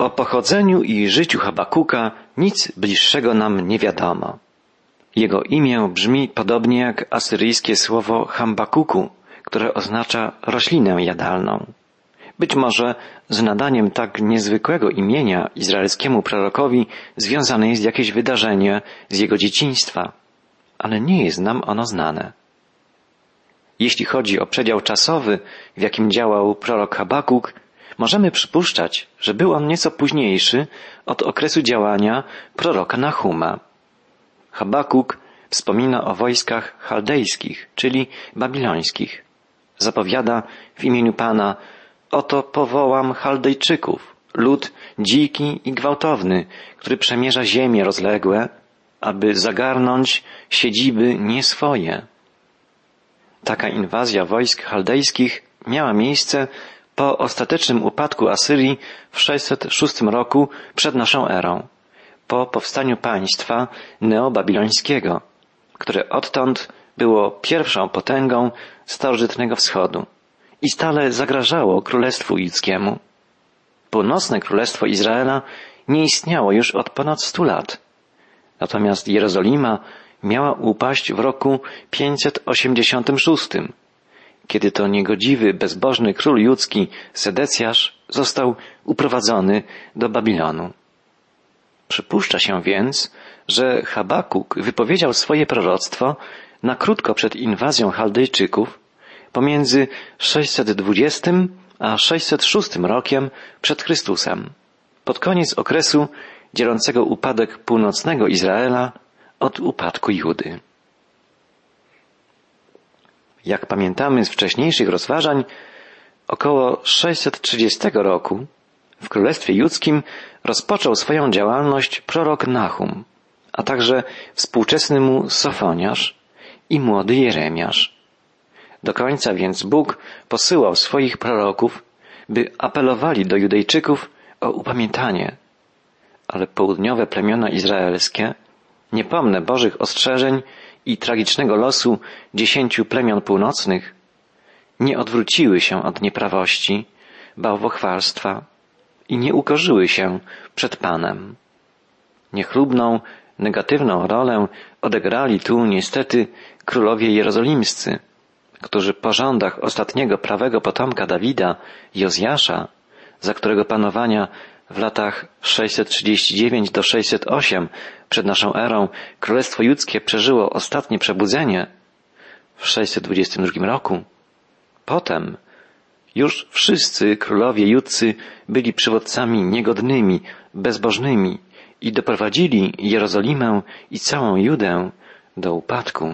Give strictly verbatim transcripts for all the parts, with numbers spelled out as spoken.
O pochodzeniu i życiu Habakuka nic bliższego nam nie wiadomo. Jego imię brzmi podobnie jak asyryjskie słowo Hambakuku, które oznacza roślinę jadalną. Być może z nadaniem tak niezwykłego imienia izraelskiemu prorokowi związane jest jakieś wydarzenie z jego dzieciństwa, ale nie jest nam ono znane. Jeśli chodzi o przedział czasowy, w jakim działał prorok Habakuk, możemy przypuszczać, że był on nieco późniejszy od okresu działania proroka Nahuma. Habakuk wspomina o wojskach chaldejskich, czyli babilońskich. Zapowiada w imieniu Pana: oto powołam Chaldejczyków, lud dziki i gwałtowny, który przemierza ziemie rozległe, aby zagarnąć siedziby nie swoje. Taka inwazja wojsk chaldejskich miała miejsce po ostatecznym upadku Asyrii w sześćset szóstym roku przed naszą erą, po powstaniu państwa neobabilońskiego, które odtąd było pierwszą potęgą starożytnego wschodu i stale zagrażało Królestwu Judzkiemu. Północne Królestwo Izraela nie istniało już od ponad stu lat. Natomiast Jerozolima miała upaść w roku pięćset osiemdziesiątym szóstym, kiedy to niegodziwy, bezbożny król judzki Sedecjasz został uprowadzony do Babilonu. Przypuszcza się więc, że Habakuk wypowiedział swoje proroctwo na krótko przed inwazją Chaldejczyków, pomiędzy sześćset dwudziestym a sześćset szóstym rokiem przed Chrystusem, pod koniec okresu dzielącego upadek północnego Izraela od upadku Judy. Jak pamiętamy z wcześniejszych rozważań, około sześćset trzydziestego roku w Królestwie Judzkim rozpoczął swoją działalność prorok Nahum, a także współczesny mu Sofoniarz i młody Jeremiasz. Do końca więc Bóg posyłał swoich proroków, by apelowali do Judejczyków o upamiętanie, ale południowe plemiona izraelskie, niepomne Bożych ostrzeżeń i tragicznego losu dziesięciu plemion północnych, nie odwróciły się od nieprawości, bałwochwalstwa i nie ukorzyły się przed Panem. Niechlubną, negatywną rolę odegrali tu niestety królowie jerozolimscy, którzy po rządach ostatniego prawego potomka Dawida, Jozjasza, za którego panowania w latach sześćset trzydzieści dziewięć do sześćset osiem przed naszą erą Królestwo Judzkie przeżyło ostatnie przebudzenie w sześćset dwudziestym drugim roku. Potem już wszyscy królowie judzcy byli przywódcami niegodnymi, bezbożnymi i doprowadzili Jerozolimę i całą Judę do upadku.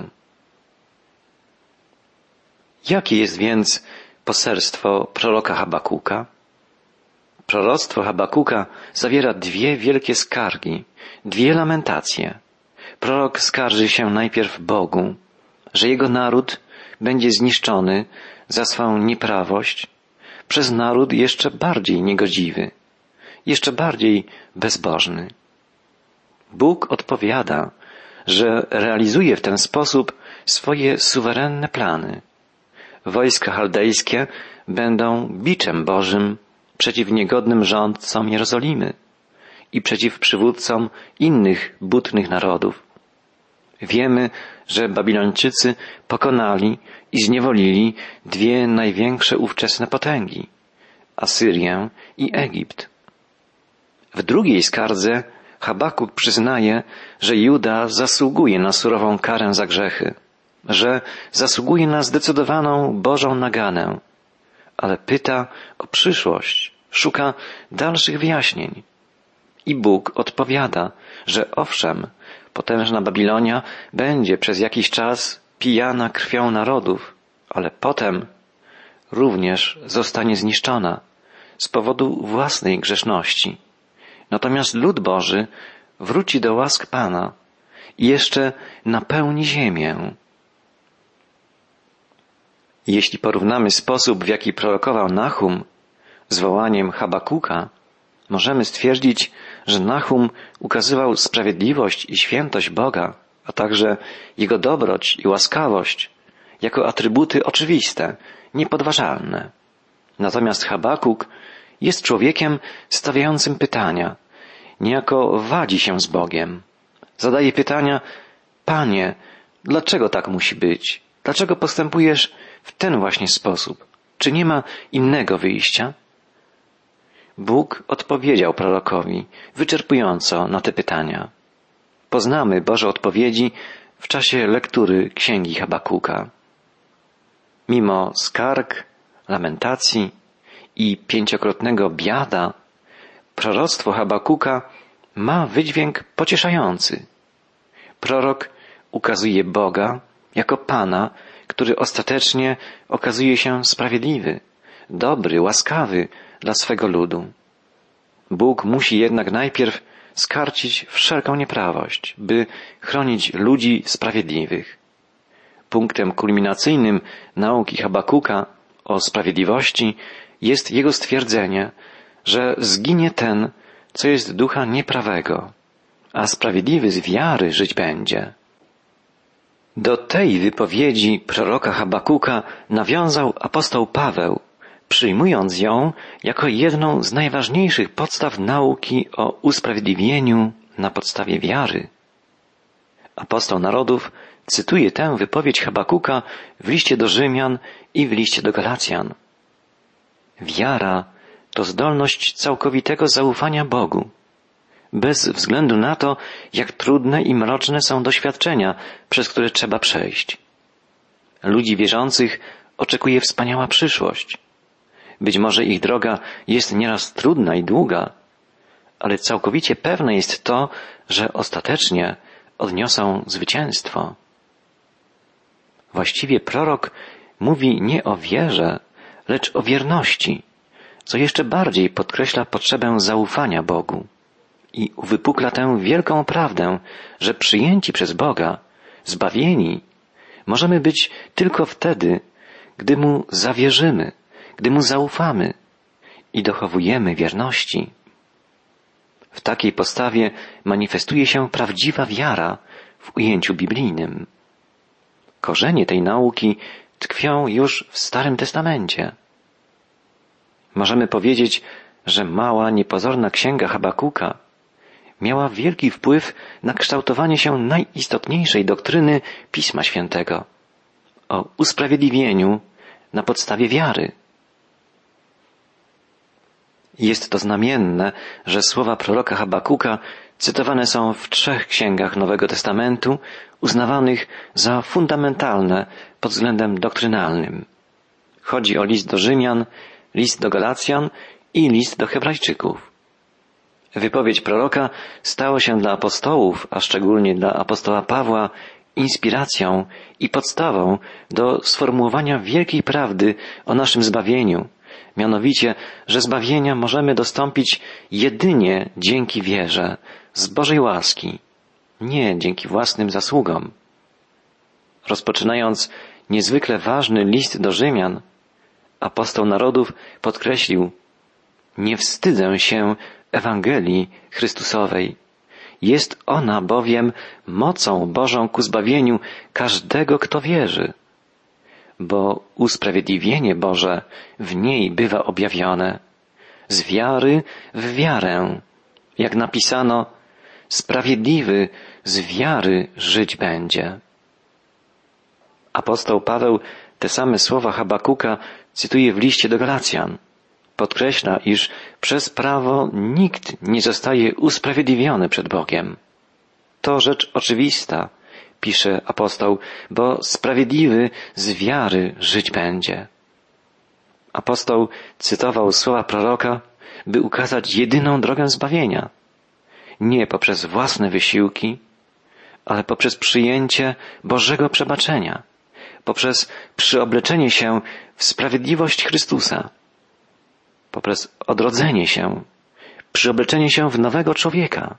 Jakie jest więc poselstwo proroka Habakuka? Proroctwo Habakuka zawiera dwie wielkie skargi, dwie lamentacje. Prorok skarży się najpierw Bogu, że jego naród będzie zniszczony za swą nieprawość przez naród jeszcze bardziej niegodziwy, jeszcze bardziej bezbożny. Bóg odpowiada, że realizuje w ten sposób swoje suwerenne plany. Wojska chaldejskie będą biczem Bożym przeciw niegodnym rządcom Jerozolimy i przeciw przywódcom innych butnych narodów. Wiemy, że Babilończycy pokonali i zniewolili dwie największe ówczesne potęgi – Asyrię i Egipt. W drugiej skardze Habakuk przyznaje, że Juda zasługuje na surową karę za grzechy, że zasługuje na zdecydowaną Bożą naganę, ale pyta o przyszłość, szuka dalszych wyjaśnień. I Bóg odpowiada, że owszem, potężna Babilonia będzie przez jakiś czas pijana krwią narodów, ale potem również zostanie zniszczona z powodu własnej grzeszności. Natomiast lud Boży wróci do łask Pana i jeszcze napełni ziemię. Jeśli porównamy sposób, w jaki prorokował Nahum z wołaniem Habakuka, możemy stwierdzić, że Nahum ukazywał sprawiedliwość i świętość Boga, a także Jego dobroć i łaskawość jako atrybuty oczywiste, niepodważalne. Natomiast Habakuk jest człowiekiem stawiającym pytania, niejako wadzi się z Bogiem. Zadaje pytania: Panie, dlaczego tak musi być? Dlaczego postępujesz w ten właśnie sposób? Czy nie ma innego wyjścia? Bóg odpowiedział prorokowi wyczerpująco na te pytania. Poznamy Boże odpowiedzi w czasie lektury Księgi Habakuka. Mimo skarg, lamentacji i pięciokrotnego biada, proroctwo Habakuka ma wydźwięk pocieszający. Prorok ukazuje Boga jako Pana, który ostatecznie okazuje się sprawiedliwy, dobry, łaskawy dla swego ludu. Bóg musi jednak najpierw skarcić wszelką nieprawość, by chronić ludzi sprawiedliwych. Punktem kulminacyjnym nauki Habakuka o sprawiedliwości jest jego stwierdzenie, że zginie ten, co jest ducha nieprawego, a sprawiedliwy z wiary żyć będzie. Do tej wypowiedzi proroka Habakuka nawiązał apostoł Paweł, przyjmując ją jako jedną z najważniejszych podstaw nauki o usprawiedliwieniu na podstawie wiary. Apostoł narodów cytuje tę wypowiedź Habakuka w liście do Rzymian i w liście do Galacjan. Wiara to zdolność całkowitego zaufania Bogu, bez względu na to, jak trudne i mroczne są doświadczenia, przez które trzeba przejść. Ludzi wierzących oczekuje wspaniała przyszłość. Być może ich droga jest nieraz trudna i długa, ale całkowicie pewne jest to, że ostatecznie odniosą zwycięstwo. Właściwie prorok mówi nie o wierze, lecz o wierności, co jeszcze bardziej podkreśla potrzebę zaufania Bogu i uwypukla tę wielką prawdę, że przyjęci przez Boga, zbawieni, możemy być tylko wtedy, gdy Mu zawierzymy, gdy Mu zaufamy i dochowujemy wierności. W takiej postawie manifestuje się prawdziwa wiara w ujęciu biblijnym. Korzenie tej nauki tkwią już w Starym Testamencie. Możemy powiedzieć, że mała, niepozorna księga Habakuka miała wielki wpływ na kształtowanie się najistotniejszej doktryny Pisma Świętego o usprawiedliwieniu na podstawie wiary. Jest to znamienne, że słowa proroka Habakuka cytowane są w trzech księgach Nowego Testamentu, uznawanych za fundamentalne pod względem doktrynalnym. Chodzi o list do Rzymian, list do Galacjan i list do Hebrajczyków. Wypowiedź proroka stała się dla apostołów, a szczególnie dla apostoła Pawła, inspiracją i podstawą do sformułowania wielkiej prawdy o naszym zbawieniu, mianowicie, że zbawienia możemy dostąpić jedynie dzięki wierze, z Bożej łaski, nie dzięki własnym zasługom. Rozpoczynając niezwykle ważny list do Rzymian, apostoł narodów podkreślił: nie wstydzę się Ewangelii Chrystusowej. Jest ona bowiem mocą Bożą ku zbawieniu każdego, kto wierzy. Bo usprawiedliwienie Boże w niej bywa objawione z wiary w wiarę. Jak napisano, sprawiedliwy z wiary żyć będzie. Apostoł Paweł te same słowa Habakuka cytuje w liście do Galacjan. Podkreśla, iż przez prawo nikt nie zostaje usprawiedliwiony przed Bogiem. To rzecz oczywista, pisze apostoł, bo sprawiedliwy z wiary żyć będzie. Apostoł cytował słowa proroka, by ukazać jedyną drogę zbawienia. Nie poprzez własne wysiłki, ale poprzez przyjęcie Bożego przebaczenia, poprzez przyobleczenie się w sprawiedliwość Chrystusa, poprzez odrodzenie się, przyobleczenie się w nowego człowieka.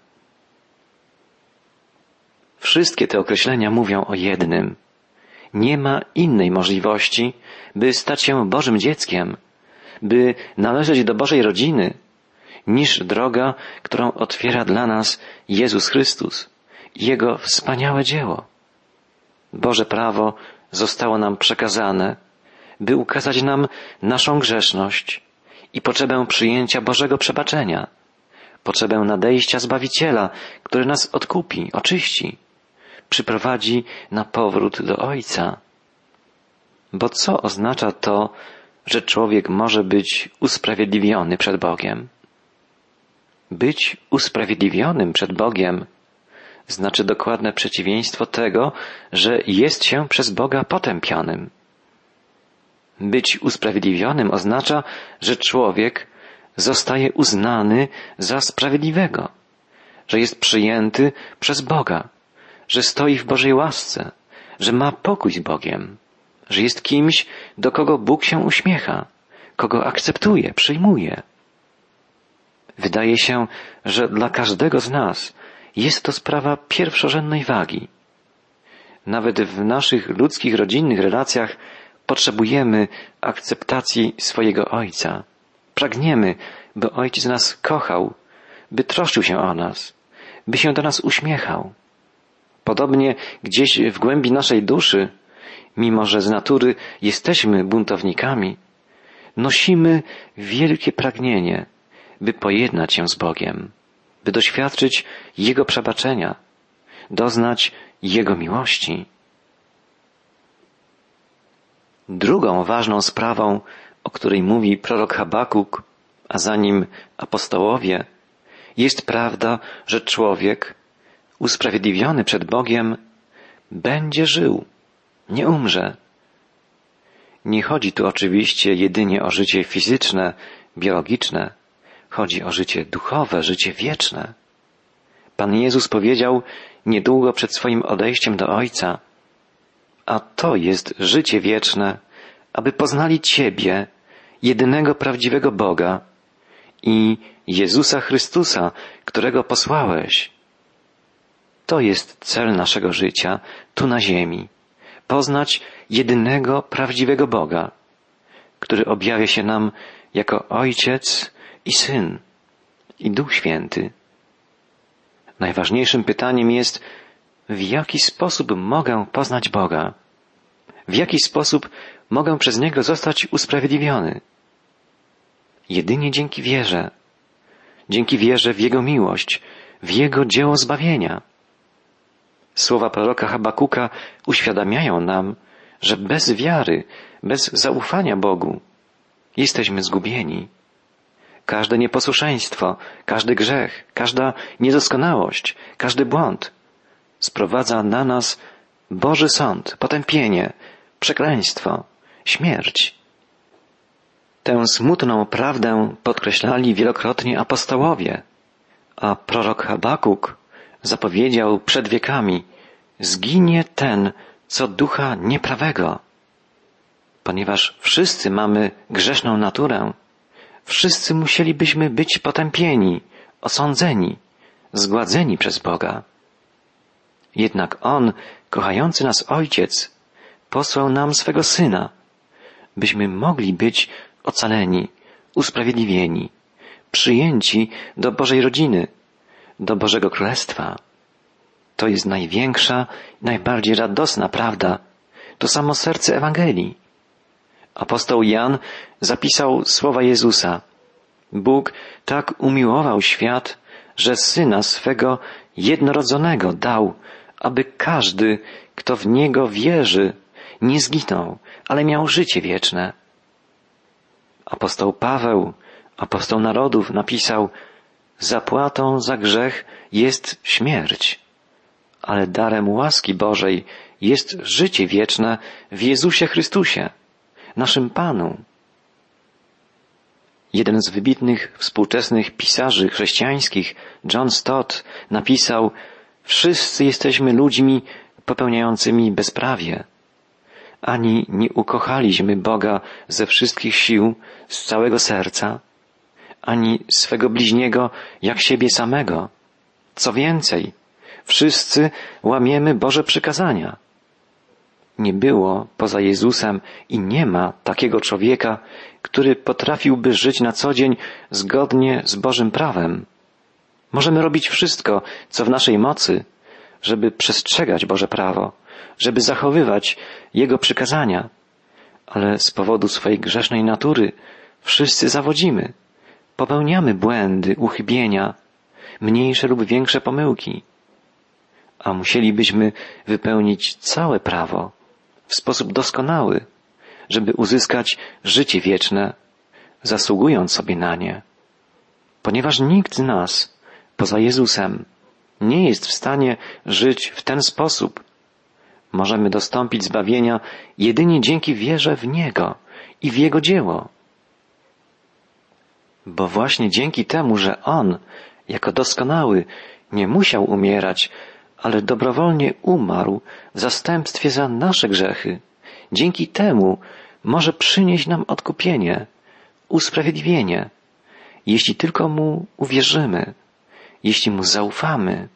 Wszystkie te określenia mówią o jednym. Nie ma innej możliwości, by stać się Bożym dzieckiem, by należeć do Bożej rodziny, niż droga, którą otwiera dla nas Jezus Chrystus i Jego wspaniałe dzieło. Boże prawo zostało nam przekazane, by ukazać nam naszą grzeszność i potrzebę przyjęcia Bożego przebaczenia, potrzebę nadejścia Zbawiciela, który nas odkupi, oczyści, przyprowadzi na powrót do Ojca. Bo co oznacza to, że człowiek może być usprawiedliwiony przed Bogiem? Być usprawiedliwionym przed Bogiem znaczy dokładne przeciwieństwo tego, że jest się przez Boga potępianym. Być usprawiedliwionym oznacza, że człowiek zostaje uznany za sprawiedliwego, że jest przyjęty przez Boga, że stoi w Bożej łasce, że ma pokój z Bogiem, że jest kimś, do kogo Bóg się uśmiecha, kogo akceptuje, przyjmuje. Wydaje się, że dla każdego z nas jest to sprawa pierwszorzędnej wagi. Nawet w naszych ludzkich, rodzinnych relacjach potrzebujemy akceptacji swojego Ojca. Pragniemy, by Ojciec nas kochał, by troszczył się o nas, by się do nas uśmiechał. Podobnie gdzieś w głębi naszej duszy, mimo że z natury jesteśmy buntownikami, nosimy wielkie pragnienie, by pojednać się z Bogiem, by doświadczyć Jego przebaczenia, doznać Jego miłości. Drugą ważną sprawą, o której mówi prorok Habakuk, a za nim apostołowie, jest prawda, że człowiek usprawiedliwiony przed Bogiem będzie żył, nie umrze. Nie chodzi tu oczywiście jedynie o życie fizyczne, biologiczne. Chodzi o życie duchowe, życie wieczne. Pan Jezus powiedział niedługo przed swoim odejściem do Ojca: a to jest życie wieczne, aby poznali Ciebie, jedynego prawdziwego Boga i Jezusa Chrystusa, którego posłałeś. To jest cel naszego życia tu na ziemi. Poznać jedynego prawdziwego Boga, który objawia się nam jako Ojciec i Syn i Duch Święty. Najważniejszym pytaniem jest, w jaki sposób mogę poznać Boga? W jaki sposób mogę przez Niego zostać usprawiedliwiony? Jedynie dzięki wierze. Dzięki wierze w Jego miłość, w Jego dzieło zbawienia. Słowa proroka Habakuka uświadamiają nam, że bez wiary, bez zaufania Bogu jesteśmy zgubieni. Każde nieposłuszeństwo, każdy grzech, każda niedoskonałość, każdy błąd sprowadza na nas Boży sąd, potępienie, przekleństwo, śmierć. Tę smutną prawdę podkreślali wielokrotnie apostołowie, a prorok Habakuk zapowiedział przed wiekami: zginie ten, co ducha nieprawego. Ponieważ wszyscy mamy grzeszną naturę, wszyscy musielibyśmy być potępieni, osądzeni, zgładzeni przez Boga. Jednak On, kochający nas Ojciec, posłał nam swego Syna, byśmy mogli być ocaleni, usprawiedliwieni, przyjęci do Bożej rodziny, do Bożego Królestwa. To jest największa, najbardziej radosna prawda. To samo serce Ewangelii. Apostoł Jan zapisał słowa Jezusa: Bóg tak umiłował świat, że Syna swego jednorodzonego dał, aby każdy, kto w Niego wierzy, nie zginął, ale miał życie wieczne. Apostoł Paweł, apostoł narodów, napisał: zapłatą za grzech jest śmierć, ale darem łaski Bożej jest życie wieczne w Jezusie Chrystusie, naszym Panu. Jeden z wybitnych współczesnych pisarzy chrześcijańskich, John Stott, napisał: wszyscy jesteśmy ludźmi popełniającymi bezprawie. Ani nie ukochaliśmy Boga ze wszystkich sił, z całego serca, ani swego bliźniego jak siebie samego. Co więcej, wszyscy łamiemy Boże przykazania. Nie było poza Jezusem i nie ma takiego człowieka, który potrafiłby żyć na co dzień zgodnie z Bożym prawem. Możemy robić wszystko, co w naszej mocy, żeby przestrzegać Boże prawo, żeby zachowywać Jego przykazania, ale z powodu swojej grzesznej natury Wszyscy zawodzimy. Popełniamy błędy, uchybienia, mniejsze lub większe pomyłki. A musielibyśmy wypełnić całe prawo w sposób doskonały, żeby uzyskać życie wieczne, zasługując sobie na nie. Ponieważ nikt z nas, poza Jezusem, nie jest w stanie żyć w ten sposób, możemy dostąpić zbawienia jedynie dzięki wierze w Niego i w Jego dzieło. Bo właśnie dzięki temu, że On, jako doskonały, nie musiał umierać, ale dobrowolnie umarł w zastępstwie za nasze grzechy, dzięki temu może przynieść nam odkupienie, usprawiedliwienie, jeśli tylko Mu uwierzymy, jeśli Mu zaufamy.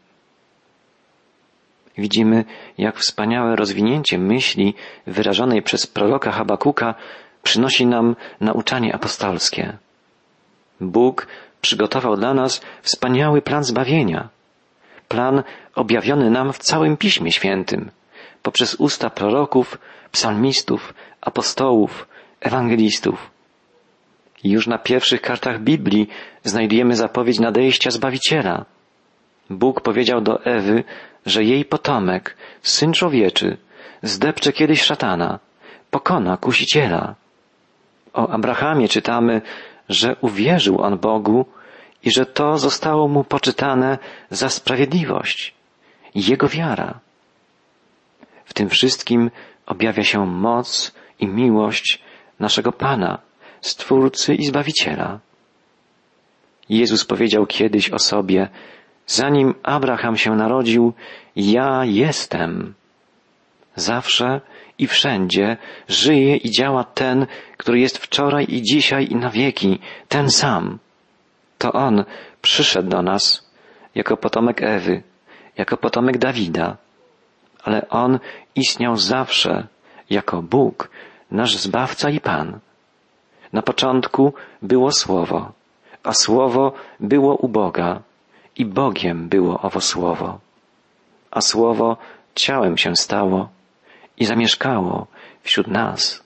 Widzimy, jak wspaniałe rozwinięcie myśli wyrażonej przez proroka Habakuka przynosi nam nauczanie apostolskie. Bóg przygotował dla nas wspaniały plan zbawienia. Plan objawiony nam w całym Piśmie Świętym, poprzez usta proroków, psalmistów, apostołów, ewangelistów. I już na pierwszych kartach Biblii znajdujemy zapowiedź nadejścia Zbawiciela. Bóg powiedział do Ewy, że jej potomek, Syn Człowieczy, zdepcze kiedyś szatana, pokona kusiciela. O Abrahamie czytamy, że uwierzył on Bogu i że to zostało mu poczytane za sprawiedliwość. Jego wiara. W tym wszystkim objawia się moc i miłość naszego Pana, Stwórcy i Zbawiciela. Jezus powiedział kiedyś o sobie: zanim Abraham się narodził, ja jestem. Zawsze i wszędzie żyje i działa ten, który jest wczoraj i dzisiaj i na wieki, ten sam. To On przyszedł do nas jako potomek Ewy, jako potomek Dawida, ale On istniał zawsze jako Bóg, nasz Zbawca i Pan. Na początku było Słowo, a Słowo było u Boga i Bogiem było owo Słowo. A Słowo ciałem się stało i zamieszkało wśród nas.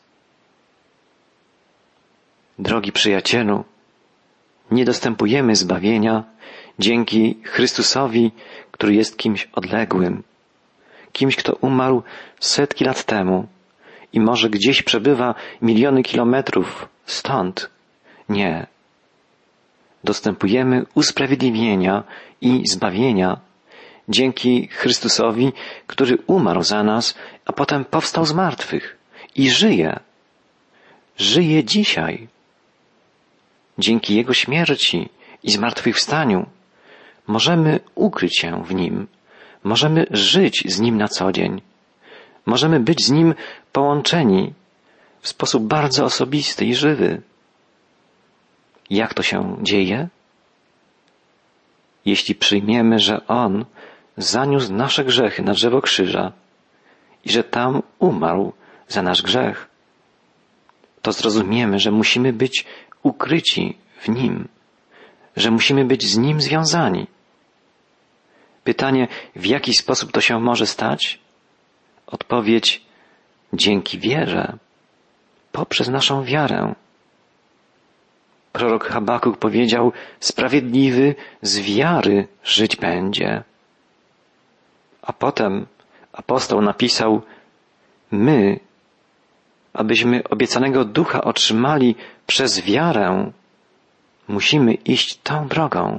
Drogi przyjacielu, nie dostępujemy zbawienia dzięki Chrystusowi, który jest kimś odległym, kimś, kto umarł setki lat temu i może gdzieś przebywa miliony kilometrów stąd. Nie. Dostępujemy usprawiedliwienia i zbawienia dzięki Chrystusowi, który umarł za nas, a potem powstał z martwych i żyje. Żyje dzisiaj. Dzięki Jego śmierci i zmartwychwstaniu możemy ukryć się w Nim. Możemy żyć z Nim na co dzień. Możemy być z Nim połączeni w sposób bardzo osobisty i żywy. Jak to się dzieje? Jeśli przyjmiemy, że On zaniósł nasze grzechy na drzewo krzyża i że tam umarł za nasz grzech, to zrozumiemy, że musimy być ukryci w Nim, że musimy być z Nim związani. Pytanie, w jaki sposób to się może stać? Odpowiedź: dzięki wierze, poprzez naszą wiarę. Prorok Habakuk powiedział: sprawiedliwy z wiary żyć będzie. A potem apostoł napisał: my, abyśmy obiecanego ducha otrzymali przez wiarę, musimy iść tą drogą.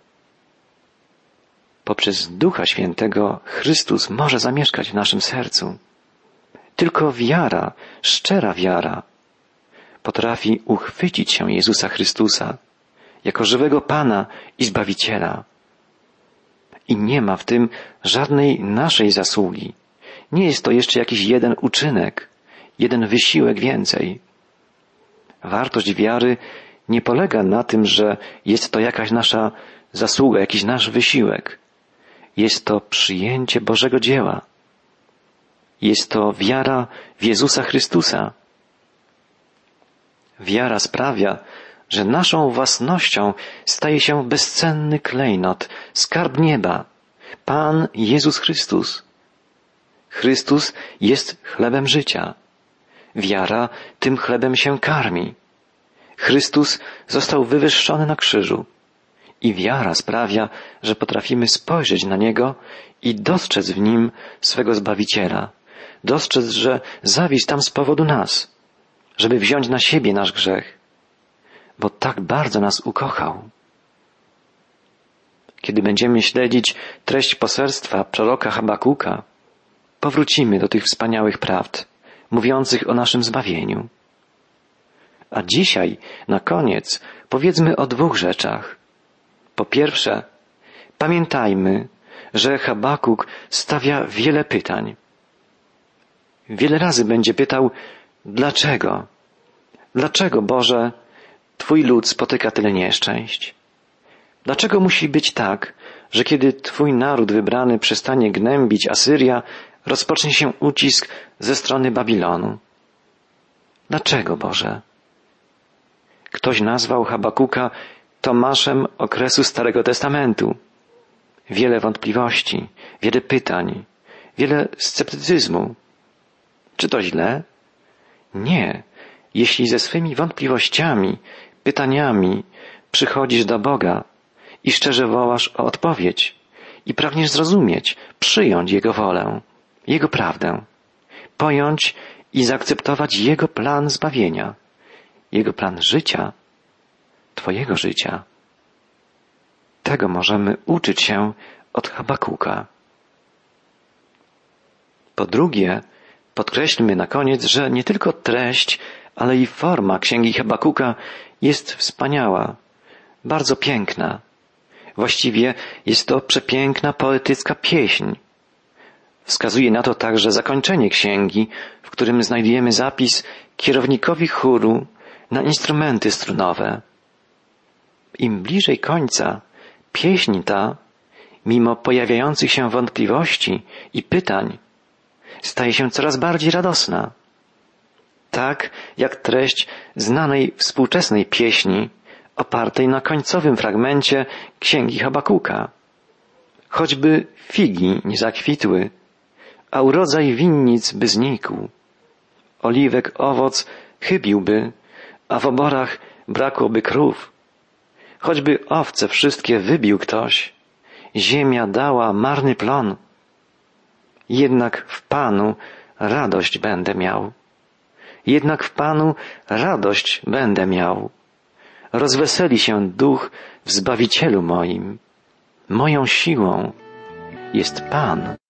Poprzez Ducha Świętego Chrystus może zamieszkać w naszym sercu. Tylko wiara, szczera wiara, potrafi uchwycić się Jezusa Chrystusa jako żywego Pana i Zbawiciela. I nie ma w tym żadnej naszej zasługi. Nie jest to jeszcze jakiś jeden uczynek, jeden wysiłek więcej. Wartość wiary nie polega na tym, że jest to jakaś nasza zasługa, jakiś nasz wysiłek. Jest to przyjęcie Bożego dzieła. Jest to wiara w Jezusa Chrystusa. Wiara sprawia, że naszą własnością staje się bezcenny klejnot, skarb nieba, Pan Jezus Chrystus. Chrystus jest chlebem życia. Wiara tym chlebem się karmi. Chrystus został wywyższony na krzyżu i wiara sprawia, że potrafimy spojrzeć na Niego i dostrzec w Nim swego Zbawiciela. Dostrzec, że zawisł tam z powodu nas, żeby wziąć na siebie nasz grzech, bo tak bardzo nas ukochał. Kiedy będziemy śledzić treść poselstwa proroka Habakuka, powrócimy do tych wspaniałych prawd, mówiących o naszym zbawieniu. A dzisiaj, na koniec, powiedzmy o dwóch rzeczach. Po pierwsze, pamiętajmy, że Habakuk stawia wiele pytań. Wiele razy będzie pytał, dlaczego? Dlaczego, Boże, Twój lud spotyka tyle nieszczęść? Dlaczego musi być tak, że kiedy Twój naród wybrany przestanie gnębić Asyria, rozpocznie się ucisk ze strony Babilonu? Dlaczego, Boże? Ktoś nazwał Habakuka Tomaszem okresu Starego Testamentu. Wiele wątpliwości, wiele pytań, wiele sceptycyzmu. Czy to źle? Nie. Jeśli ze swymi wątpliwościami, pytaniami przychodzisz do Boga i szczerze wołasz o odpowiedź i pragniesz zrozumieć, przyjąć Jego wolę, Jego prawdę, pojąć i zaakceptować Jego plan zbawienia, Jego plan życia, Twojego życia. Tego możemy uczyć się od Habakuka. Po drugie, podkreślmy na koniec, że nie tylko treść, ale i forma księgi Habakuka jest wspaniała, bardzo piękna. Właściwie jest to przepiękna, poetycka pieśń. Wskazuje na to także zakończenie księgi, w którym znajdujemy zapis kierownikowi chóru na instrumenty strunowe. Im bliżej końca, pieśń ta, mimo pojawiających się wątpliwości i pytań, staje się coraz bardziej radosna. Tak jak treść znanej współczesnej pieśni opartej na końcowym fragmencie księgi Habakuka. Choćby figi nie zakwitły, a urodzaj winnic by znikł. Oliwek owoc chybiłby, a w oborach brakłoby krów. Choćby owce wszystkie wybił ktoś, ziemia dała marny plon. Jednak w Panu radość będę miał. Jednak w Panu radość będę miał. Rozweseli się duch w Zbawicielu moim. Moją siłą jest Pan.